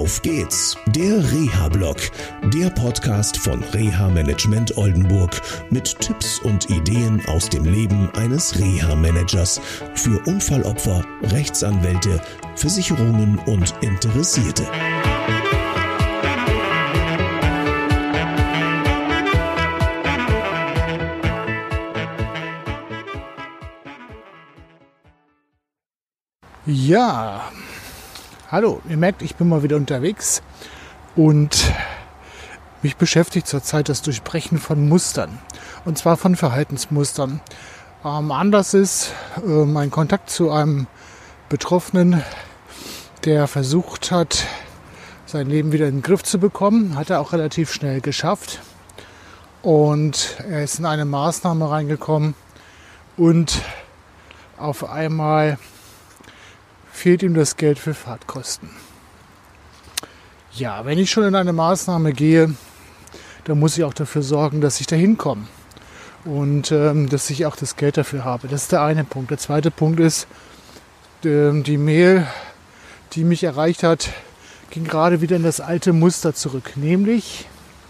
Auf geht's, der Reha-Blog, der Podcast von Reha-Management Oldenburg mit Tipps und Ideen aus dem Leben eines Reha-Managers für Unfallopfer, Rechtsanwälte, Versicherungen und Interessierte. Ja, hallo, ihr merkt, ich bin mal wieder unterwegs und mich beschäftigt zurzeit das Durchbrechen von Mustern, und zwar von Verhaltensmustern. Anlass ist mein Kontakt zu einem Betroffenen, der versucht hat, sein Leben wieder in den Griff zu bekommen, hat er auch relativ schnell geschafft, und er ist in eine Maßnahme reingekommen und auf einmal fehlt ihm das Geld für Fahrtkosten. Ja, wenn ich schon in eine Maßnahme gehe, dann muss ich auch dafür sorgen, dass ich da hinkomme und dass ich auch das Geld dafür habe. Das ist der eine Punkt. Der zweite Punkt ist, die Mail, die mich erreicht hat, ging gerade wieder in das alte Muster zurück, nämlich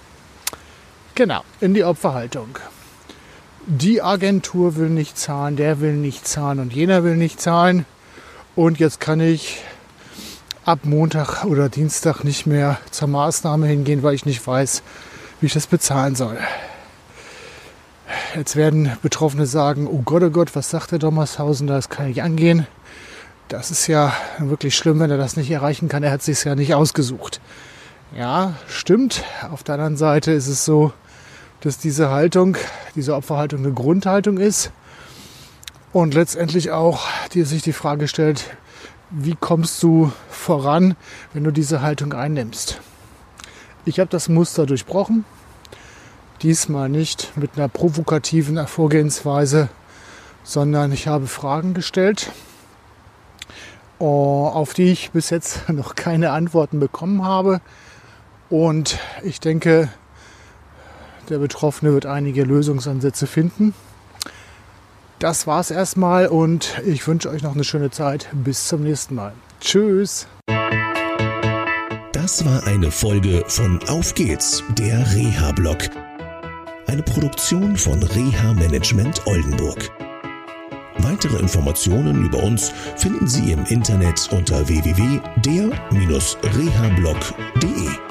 in die Opferhaltung. Die Agentur will nicht zahlen, der will nicht zahlen und jener will nicht zahlen. Und jetzt kann ich ab Montag oder Dienstag nicht mehr zur Maßnahme hingehen, weil ich nicht weiß, wie ich das bezahlen soll. Jetzt werden Betroffene sagen, oh Gott, was sagt der Dommershausen, das kann ich angehen. Das ist ja wirklich schlimm, wenn er das nicht erreichen kann. Er hat es sich ja nicht ausgesucht. Ja, stimmt. Auf der anderen Seite ist es so, dass diese Opferhaltung eine Grundhaltung ist. Und letztendlich auch sich die Frage stellt, wie kommst du voran, wenn du diese Haltung einnimmst? Ich habe das Muster durchbrochen, diesmal nicht mit einer provokativen Vorgehensweise, sondern ich habe Fragen gestellt, auf die ich bis jetzt noch keine Antworten bekommen habe. Und ich denke, der Betroffene wird einige Lösungsansätze finden. Das war's erstmal und ich wünsche euch noch eine schöne Zeit. Bis zum nächsten Mal. Tschüss. Das war eine Folge von Auf geht's, der Reha-Blog. Eine Produktion von Reha-Management Oldenburg. Weitere Informationen über uns finden Sie im Internet unter www.der-rehablog.de.